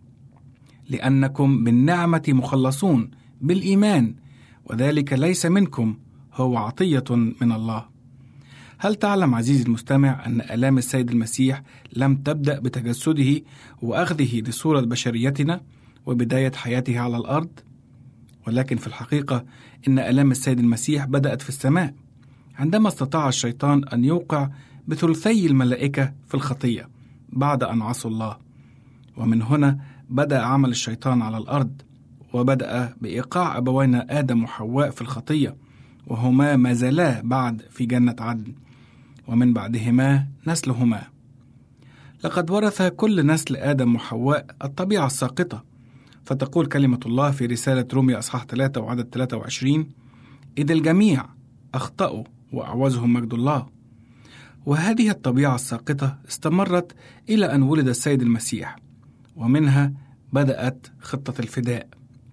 لأنكم بالنعمة مخلصون بالإيمان، وذلك ليس منكم، هو عطية من الله. هل تعلم عزيزي المستمع أن آلام السيد المسيح لم تبدأ بتجسده وأخذه لصورة بشريتنا وبداية حياته على الأرض؟ ولكن في الحقيقة إن آلام السيد المسيح بدأت في السماء، عندما استطاع الشيطان أن يوقع بثلثي الملائكة في الخطية بعد أن عصوا الله. ومن هنا بدأ عمل الشيطان على الأرض، وبدأ بإيقاع أبوينا آدم وحواء في الخطية، وهما ما زالا بعد في جنة عدن، ومن بعدهما نسلهما. لقد ورث كل نسل آدم وحواء الطبيعة الساقطة، فتقول كلمة الله في رسالة روميا أصحاح ثلاثة وعدد ثلاثة وعشرين: إذ الجميع أخطأوا وأعوزهم مجد الله. وهذه الطبيعة الساقطة استمرت إلى أن ولد السيد المسيح، ومنها بدأت خطة الفداء.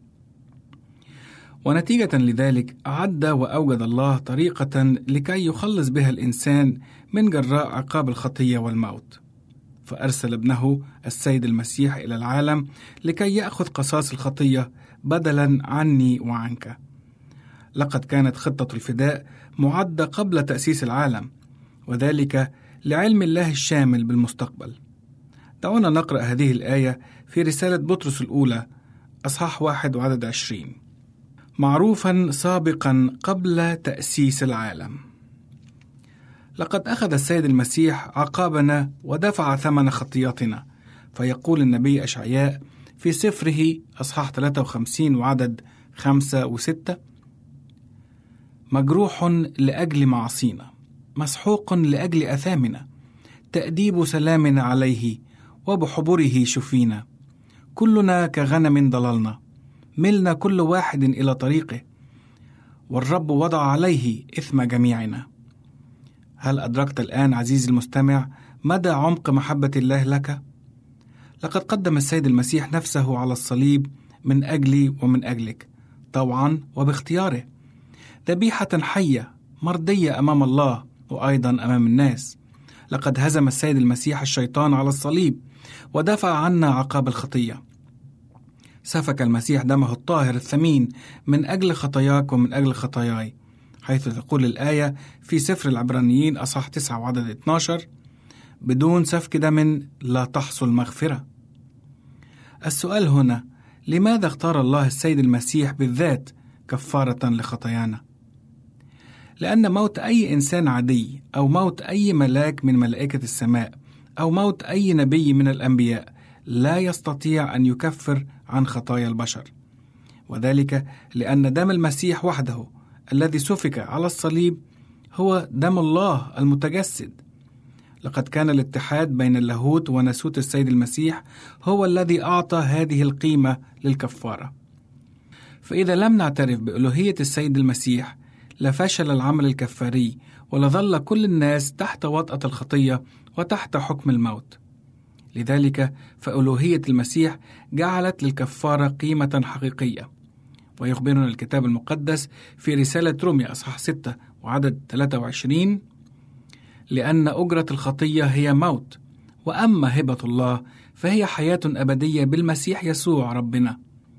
ونتيجة لذلك أعد وأوجد الله طريقة لكي يخلص بها الإنسان من جراء عقاب الخطية والموت، فأرسل ابنه السيد المسيح إلى العالم لكي يأخذ قصاص الخطية بدلا عني وعنك. لقد كانت خطة الفداء معدة قبل تأسيس العالم، وذلك لعلم الله الشامل بالمستقبل. دعونا نقرأ هذه الآية في رسالة بطرس الأولى أصحاح واحد وعدد عشرين: معروفا سابقا قبل تأسيس العالم. لقد أخذ السيد المسيح عقابنا ودفع ثمن خطياتنا، فيقول النبي أشعياء في سفره أصحاح ثلاثة وخمسين وعدد خمسة وستة: مجروح لأجل معصينا، مسحوق لأجل أثامنا، تأديب سلامنا عليه، وبحبره شفينا. كلنا كغنم ضللنا، ملنا كل واحد إلى طريقه، والرب وضع عليه إثم جميعنا. هل أدركت الآن عزيزي المستمع مدى عمق محبة الله لك؟ لقد قدم السيد المسيح نفسه على الصليب من أجلي ومن أجلك، طوعا وباختياره، ذبيحة حية مرضية أمام الله وأيضا أمام الناس. لقد هزم السيد المسيح الشيطان على الصليب ودفع عنا عقاب الخطية. سفك المسيح دمه الطاهر الثمين من أجل خطاياك ومن أجل خطاياي، حيث تقول الآية في سفر العبرانيين أصحاح تسعة وعدد اثني عشر: بدون سفك دم لا تحصل مغفرة. السؤال هنا: لماذا اختار الله السيد المسيح بالذات كفارة لخطايانا؟ لأن موت أي إنسان عادي أو موت أي ملاك من ملائكة السماء أو موت أي نبي من الأنبياء لا يستطيع أن يكفر عن خطايا البشر، وذلك لأن دم المسيح وحده الذي سفك على الصليب هو دم الله المتجسد. لقد كان الاتحاد بين اللاهوت وناسوت السيد المسيح هو الذي أعطى هذه القيمة للكفارة. فإذا لم نعترف بألوهية السيد المسيح لفشل العمل الكفاري، ولظل كل الناس تحت وطأة الخطية وتحت حكم الموت. لذلك فألوهية المسيح جعلت للكفارة قيمة حقيقية. ويخبرنا الكتاب المقدس في رسالة روميا أصحاح ستة وعدد ثلاثة وعشرين: لأن أجرة الخطية هي موت، وأما هبة الله فهي حياة أبدية بالمسيح يسوع ربنا.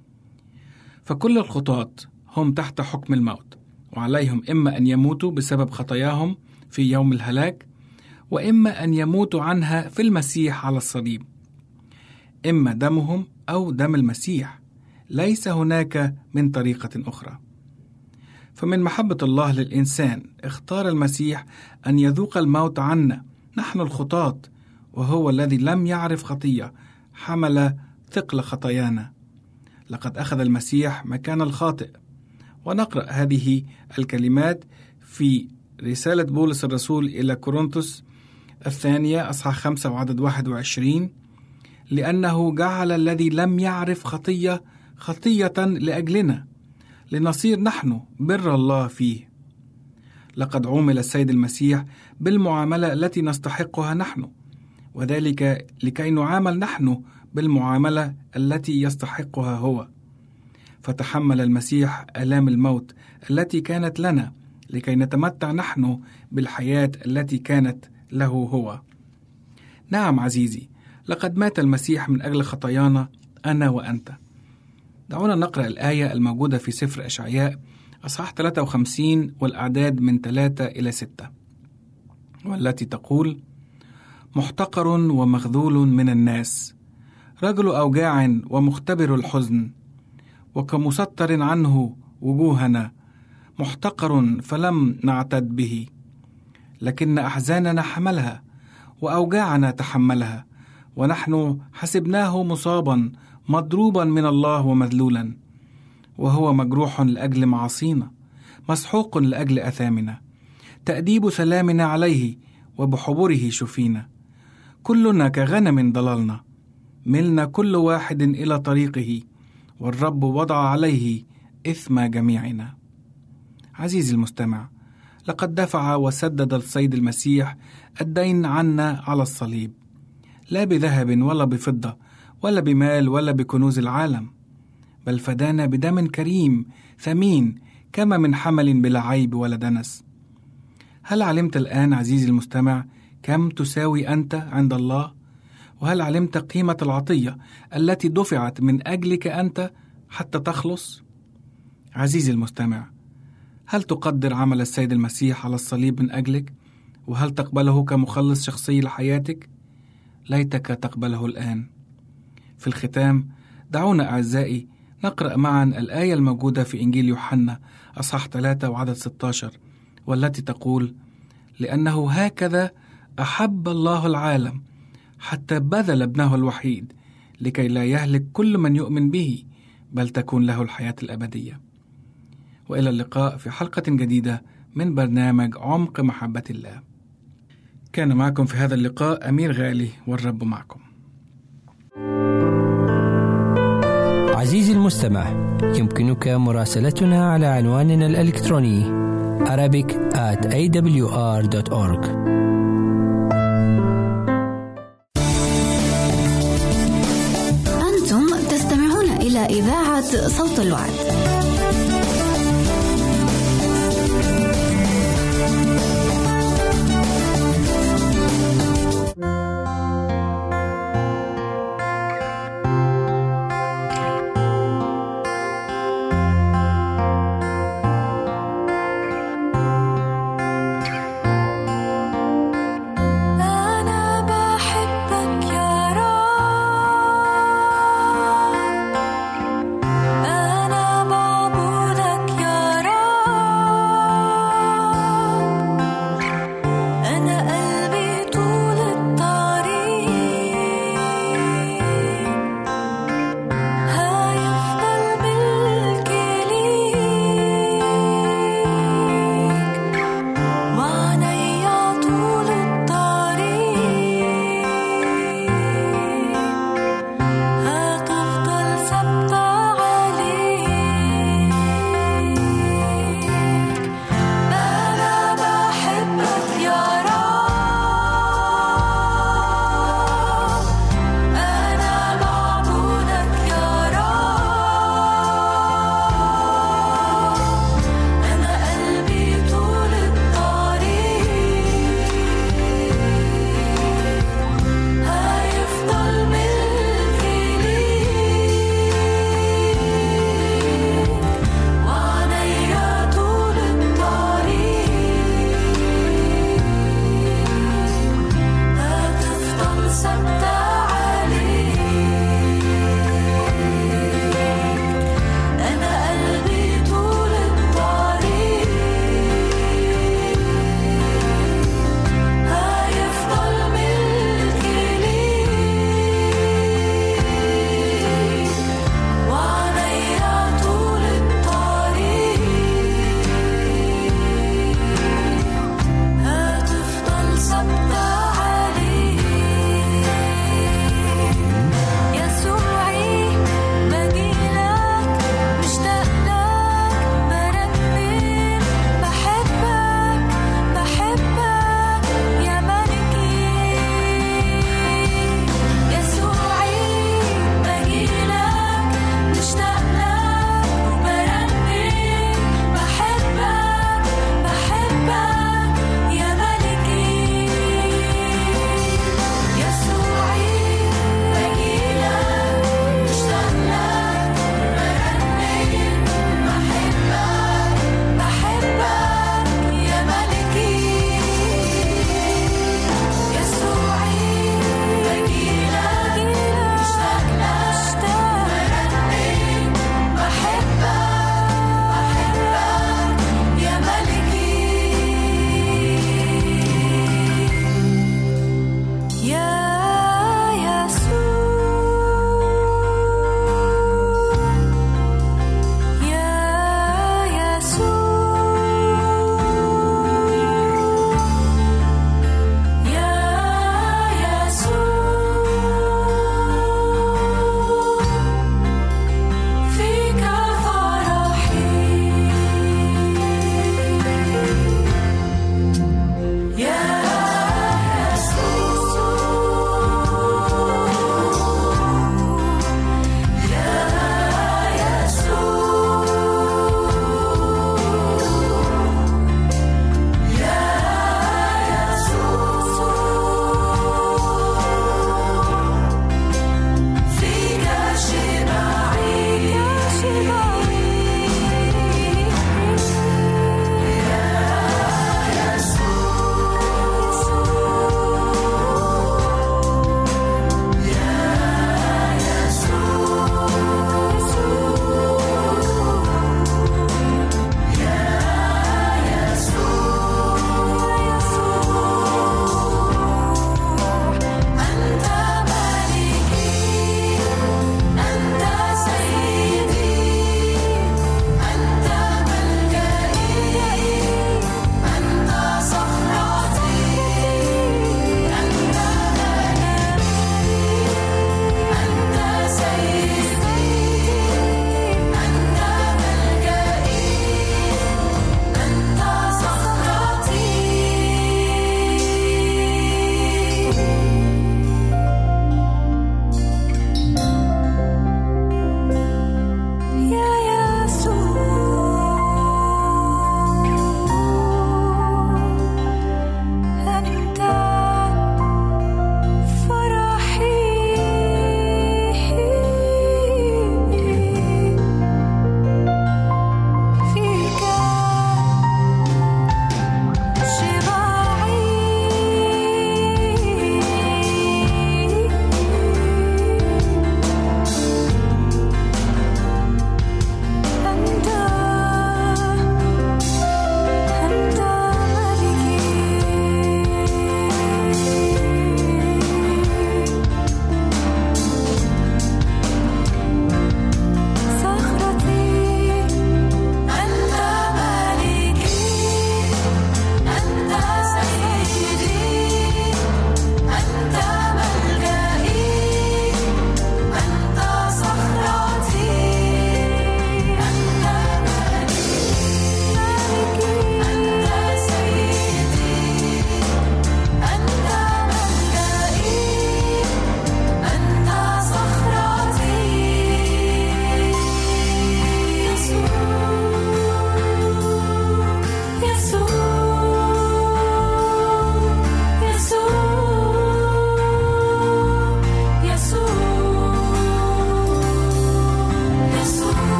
فكل الخطاة هم تحت حكم الموت، وعليهم إما أن يموتوا بسبب خطاياهم في يوم الهلاك، وإما أن يموتوا عنها في المسيح على الصليب، إما دمهم أو دم المسيح، ليس هناك من طريقة أخرى. فمن محبة الله للإنسان اختار المسيح أن يذوق الموت عنا نحن الخطاة، وهو الذي لم يعرف خطية حمل ثقل خطايانا. لقد أخذ المسيح مكان الخاطئ. ونقرأ هذه الكلمات في رسالة بولس الرسول إلى كورنثوس الثانية أصحاح خمسة وعدد واحد وعشرين: لأنه جعل الذي لم يعرف خطية خطية لأجلنا لنصير نحن بر الله فيه. لقد عومل السيد المسيح بالمعاملة التي نستحقها نحن، وذلك لكي نعامل نحن بالمعاملة التي يستحقها هو. فتحمل المسيح آلام الموت التي كانت لنا لكي نتمتع نحن بالحياة التي كانت له هو. نعم عزيزي، لقد مات المسيح من أجل خطايانا أنا وأنت. دعونا نقرأ الآية الموجودة في سفر أشعياء أصحاح ثلاثة وخمسين والأعداد من ثلاثة إلى ستة، والتي تقول: محتقر ومخذول من الناس، رجل أوجاع ومختبر الحزن، وكمستر عنه وجوهنا، محتقر فلم نعتد به، لكن أحزاننا حملها وأوجاعنا تحملها، ونحن حسبناه مصابا مضروبا من الله ومذلولا، وهو مجروح لأجل معاصينا، مسحوق لأجل أثامنا، تأديب سلامنا عليه، وبحبره شفينا. كلنا كغنم ضللنا، ملنا كل واحد إلى طريقه، والرب وضع عليه إثم جميعنا. عزيزي المستمع، لقد دفع وسدد السيد المسيح الدين عنا على الصليب، لا بذهب ولا بفضة ولا بمال ولا بكنوز العالم، بل فدانا بدم كريم ثمين كما من حمل بلا عيب ولا دنس. هل علمت الآن عزيزي المستمع كم تساوي أنت عند الله؟ وهل علمت قيمة العطية التي دفعت من أجلك أنت حتى تخلص؟ عزيزي المستمع، هل تقدر عمل السيد المسيح على الصليب من أجلك؟ وهل تقبله كمخلص شخصي لحياتك؟ ليتك تقبله الآن. في الختام، دعونا أعزائي نقرأ معا الآية الموجودة في إنجيل يوحنا أصحاح ثلاثة وعدد ستة عشر، والتي تقول: لأنه هكذا أحب الله العالم حتى بذل ابنه الوحيد لكي لا يهلك كل من يؤمن به، بل تكون له الحياة الأبدية. وإلى اللقاء في حلقة جديدة من برنامج عمق محبة الله. كان معكم في هذا اللقاء أمير غالي، والرب معكم. عزيزي المستمع، يمكنك مراسلتنا على عنواننا الإلكتروني arabic at a w r dot org. أنتم تستمعون إلى إذاعة صوت الوعد.